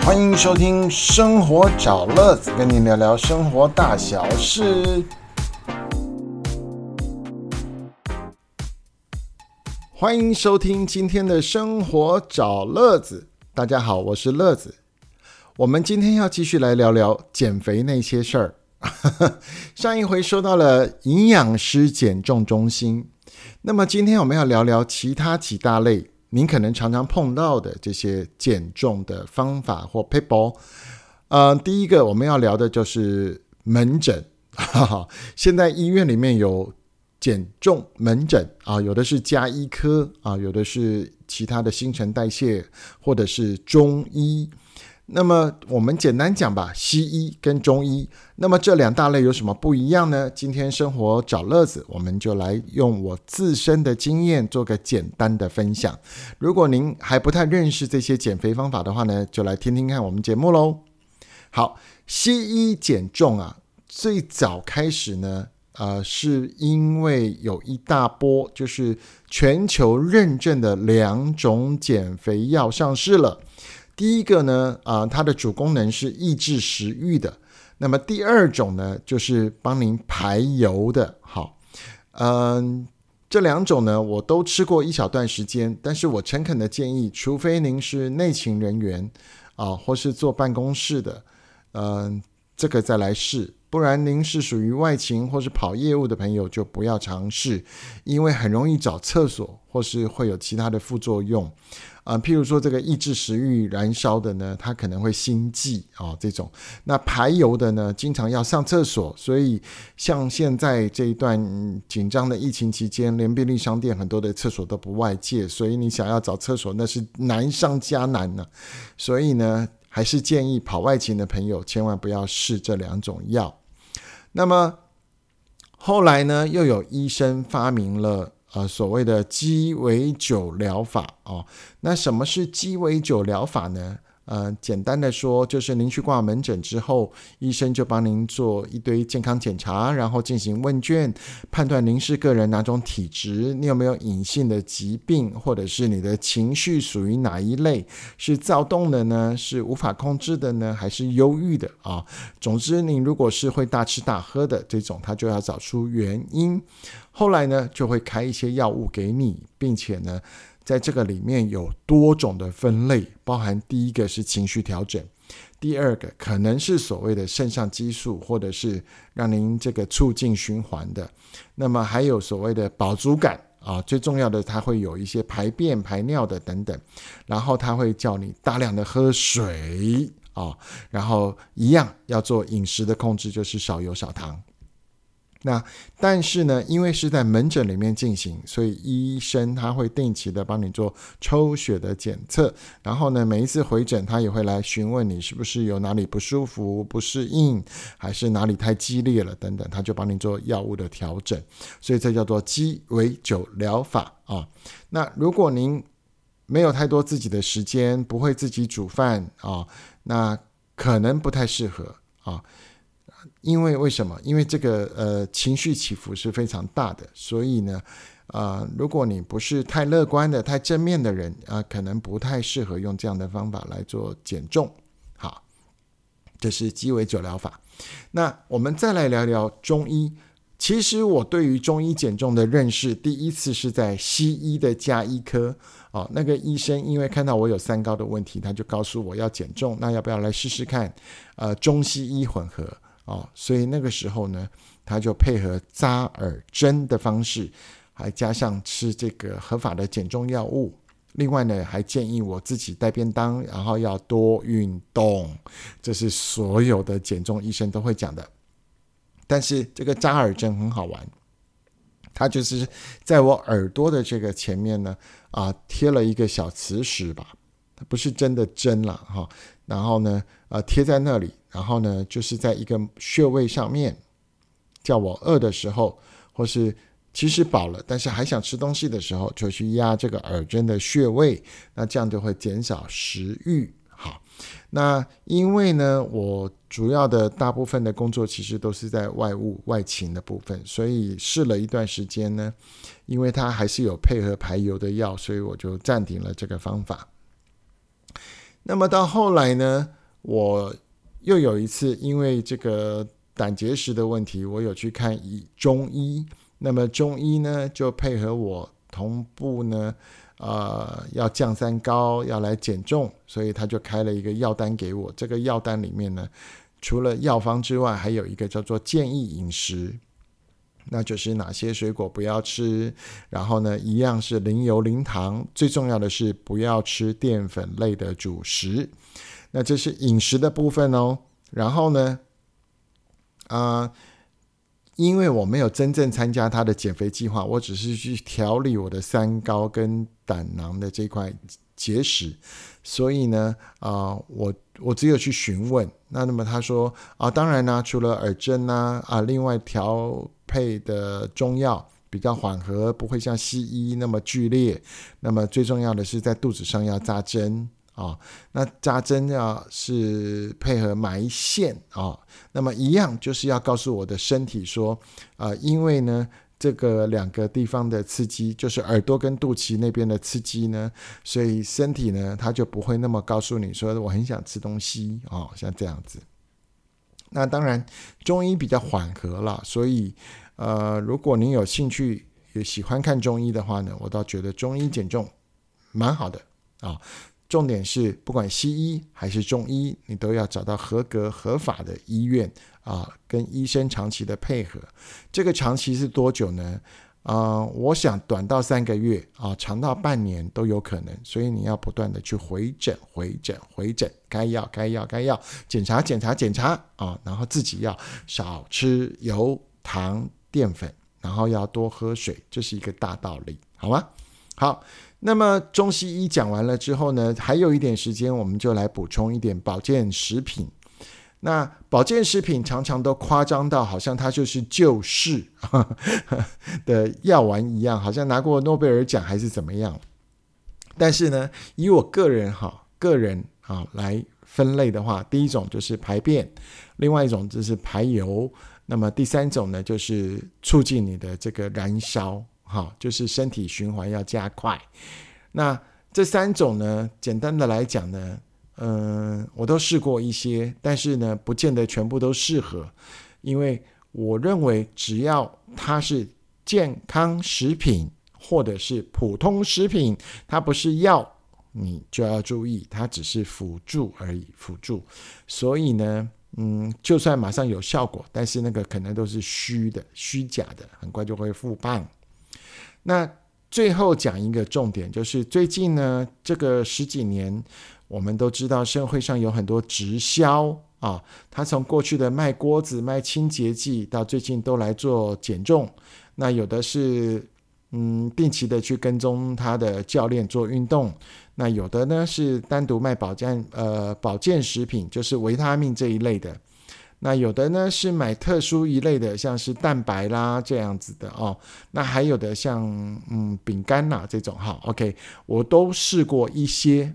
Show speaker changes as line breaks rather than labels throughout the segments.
欢迎收听生活找乐子，跟你聊聊生活大小事。欢迎收听今天的生活找乐子。大家好，我是乐子。我们今天要继续来聊聊减肥那些事儿。上一回说到了营养师减重中心，那么今天我们要聊聊其他几大类您可能常常碰到的这些减重的方法或 people。第一个我们要聊的就是门诊。现在医院里面有减重门诊啊，有的是家医科啊，有的是其他的新陈代谢，或者是中医。那么我们简单讲吧，西医跟中医，那么这两大类有什么不一样呢？今天生活找乐子，我们就来用我自身的经验做个简单的分享。如果您还不太认识这些减肥方法的话呢，就来听听看我们节目咯。好，西医减重啊，最早开始呢是因为有一大波就是全球认证的2种减肥药上市了。第一个呢它的主功能是抑制食欲的，那么第二种呢就是帮您排油的。好，这两种呢我都吃过一小段时间，但是我诚恳的建议，除非您是内勤人员或是坐办公室的这个再来试，不然您是属于外勤或是跑业务的朋友就不要尝试，因为很容易找厕所或是会有其他的副作用。譬如说这个抑制食欲燃烧的呢，它可能会心悸这种。那排油的呢，经常要上厕所，所以像现在这一段紧张的疫情期间，连便利商店很多的厕所都不外借，所以你想要找厕所那是难上加难呢。所以呢还是建议跑外勤的朋友千万不要试这两种药。那么后来呢，又有医生发明了所谓的鸡尾酒疗法那什么是鸡尾酒疗法呢？简单的说，就是您去挂门诊之后，医生就帮您做一堆健康检查，然后进行问卷，判断您是个人哪种体质，你有没有隐性的疾病，或者是你的情绪属于哪一类，是躁动的呢，是无法控制的呢，还是忧郁的总之你如果是会大吃大喝的这种，他就要找出原因。后来呢就会开一些药物给你，并且呢在这个里面有多种的分类，包含第一个是情绪调整，第二个可能是所谓的肾上激素，或者是让您这个促进循环的，那么还有所谓的饱足感最重要的它会有一些排便排尿的等等，然后它会叫你大量的喝水然后一样要做饮食的控制，就是少油少糖。那但是呢，因为是在门诊里面进行，所以医生他会定期的帮你做抽血的检测，然后呢每一次回诊他也会来询问你是不是有哪里不舒服不适应，还是哪里太激烈了等等，他就帮你做药物的调整，所以这叫做鸡尾酒疗法那如果您没有太多自己的时间，不会自己煮饭那可能不太适合因为为什么？因为这个情绪起伏是非常大的，所以呢如果你不是太乐观的太正面的人可能不太适合用这样的方法来做减重。好，这是鸡尾酒疗法。那我们再来聊聊中医。其实我对于中医减重的认识，第一次是在西医的家医科那个医生因为看到我有三高的问题，他就告诉我要减重，那要不要来试试看中西医混合所以那个时候呢，他就配合扎耳针的方式，还加上吃这个合法的减重药物。另外呢，还建议我自己带便当，然后要多运动。这是所有的减重医生都会讲的。但是这个扎耳针很好玩，它就是在我耳朵的这个前面呢贴了一个小磁石吧，它不是真的针啦然后呢贴在那里，然后呢就是在一个穴位上面，叫我饿的时候，或是其实饱了但是还想吃东西的时候，就去压这个耳针的穴位，那这样就会减少食欲。好，那因为呢我主要的大部分的工作其实都是在外务外勤的部分，所以试了一段时间呢，因为它还是有配合排油的药，所以我就暂停了这个方法。那么到后来呢我又有一次因为这个胆结石的问题，我有去看中医。那么中医呢就配合我同步呢要降三高，要来减重，所以他就开了一个药单给我。这个药单里面呢，除了药方之外，还有一个叫做建议饮食，那就是哪些水果不要吃，然后呢一样是零油零糖，最重要的是不要吃淀粉类的主食。那这是饮食的部分哦。然后呢因为我没有真正参加他的减肥计划，我只是去调理我的三高跟胆囊的这块结石，所以呢我只有去询问。那么他说当然啦，除了耳针另外调配的中药比较缓和，不会像西医那么剧烈。那么最重要的是在肚子上要扎针那扎针是配合埋线那么一样就是要告诉我的身体说因为呢这个两个地方的刺激，就是耳朵跟肚脐那边的刺激呢，所以身体呢它就不会那么告诉你说我很想吃东西像这样子。那当然中医比较缓和啦，所以如果你有兴趣也喜欢看中医的话呢，我倒觉得中医减重蛮好的重点是不管西医还是中医，你都要找到合格合法的医院跟医生长期的配合。这个长期是多久呢？我想短到3个月长到半年都有可能。所以你要不断的去回诊，该药检查然后自己要少吃油糖淀粉，然后要多喝水，这是一个大道理，好吗？好，那么中西医讲完了之后呢，还有一点时间，我们就来补充一点保健食品。那保健食品常常都夸张到好像它就是救世的药丸一样，好像拿过诺贝尔奖还是怎么样。但是呢，以我个人来分类的话，第一种就是排便，另外一种就是排油，那么第三种呢就是促进你的这个燃烧就是身体循环要加快。那这3种呢，简单的来讲呢我都试过一些，但是呢不见得全部都适合。因为我认为只要它是健康食品或者是普通食品，它不是药，你就要注意，它只是辅助而已，辅助。所以呢就算马上有效果，但是那个可能都是虚假的，很快就会复胖。那最后讲一个重点，就是最近呢这个10几年，我们都知道社会上有很多直销他从过去的卖锅子卖清洁剂，到最近都来做减重。那有的是定期的去跟踪他的教练做运动，那有的呢是单独卖保健食品，就是维他命这一类的。那有的呢是买特殊一类的，像是蛋白啦这样子的那还有的像饼干啦这种OK， 我都试过一些，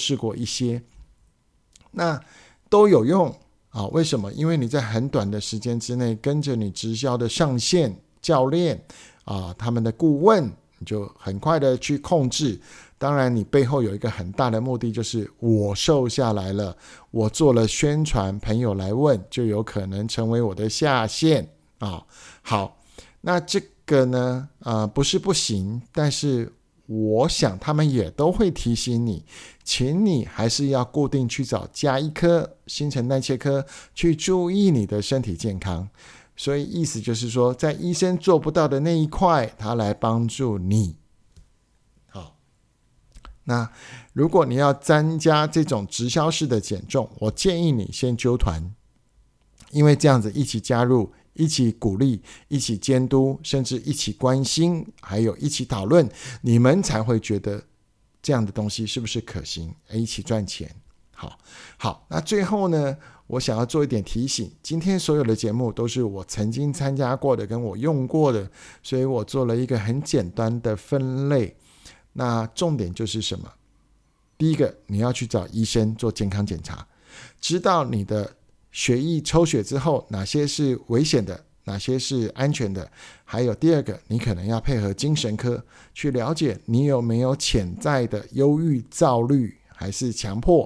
那都有用为什么？因为你在很短的时间之内跟着你直销的上线教练他们的顾问，你就很快的去控制。当然你背后有一个很大的目的，就是我瘦下来了，我做了宣传，朋友来问，就有可能成为我的下线好，那这个呢不是不行，但是我想他们也都会提醒你，请你还是要固定去找家医科、新陈代谢科去注意你的身体健康。所以意思就是说，在医生做不到的那一块，他来帮助你。好，那如果你要参加这种直销式的减重，我建议你先揪团，因为这样子一起加入，一起鼓励，一起监督，甚至一起关心，还有一起讨论，你们才会觉得这样的东西是不是可行，一起赚钱。好，那最后呢，我想要做一点提醒，今天所有的节目都是我曾经参加过的，跟我用过的，所以我做了一个很简单的分类。那重点就是什么？第一个，你要去找医生做健康检查，知道你的血液抽血之后哪些是危险的，哪些是安全的。还有第二个，你可能要配合精神科去了解你有没有潜在的忧郁、躁虑还是强迫，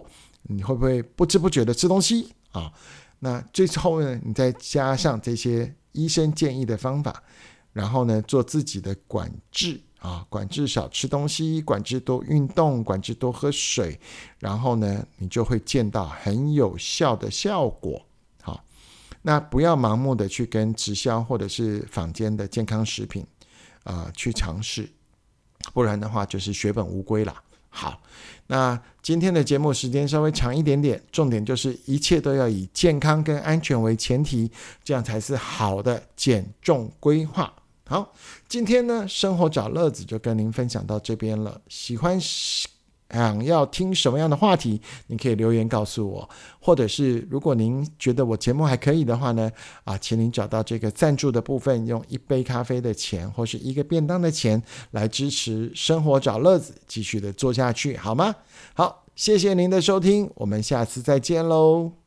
你会不会不知不觉的吃东西啊？那最后呢，你再加上这些医生建议的方法，然后呢，做自己的管制啊，管制少吃东西，管制多运动，管制多喝水，然后呢，你就会见到很有效的效果。好，那不要盲目的去跟直销或者是坊间的健康食品去尝试，不然的话就是血本无归啦。好，那今天的节目时间稍微长一点点，重点就是一切都要以健康跟安全为前提，这样才是好的减重规划。好，今天呢生活找乐子就跟您分享到这边了，想要听什么样的话题，你可以留言告诉我，或者是如果您觉得我节目还可以的话呢，请您找到这个赞助的部分，用一杯咖啡的钱或是一个便当的钱来支持生活找乐子继续的做下去，好吗？好，谢谢您的收听，我们下次再见喽。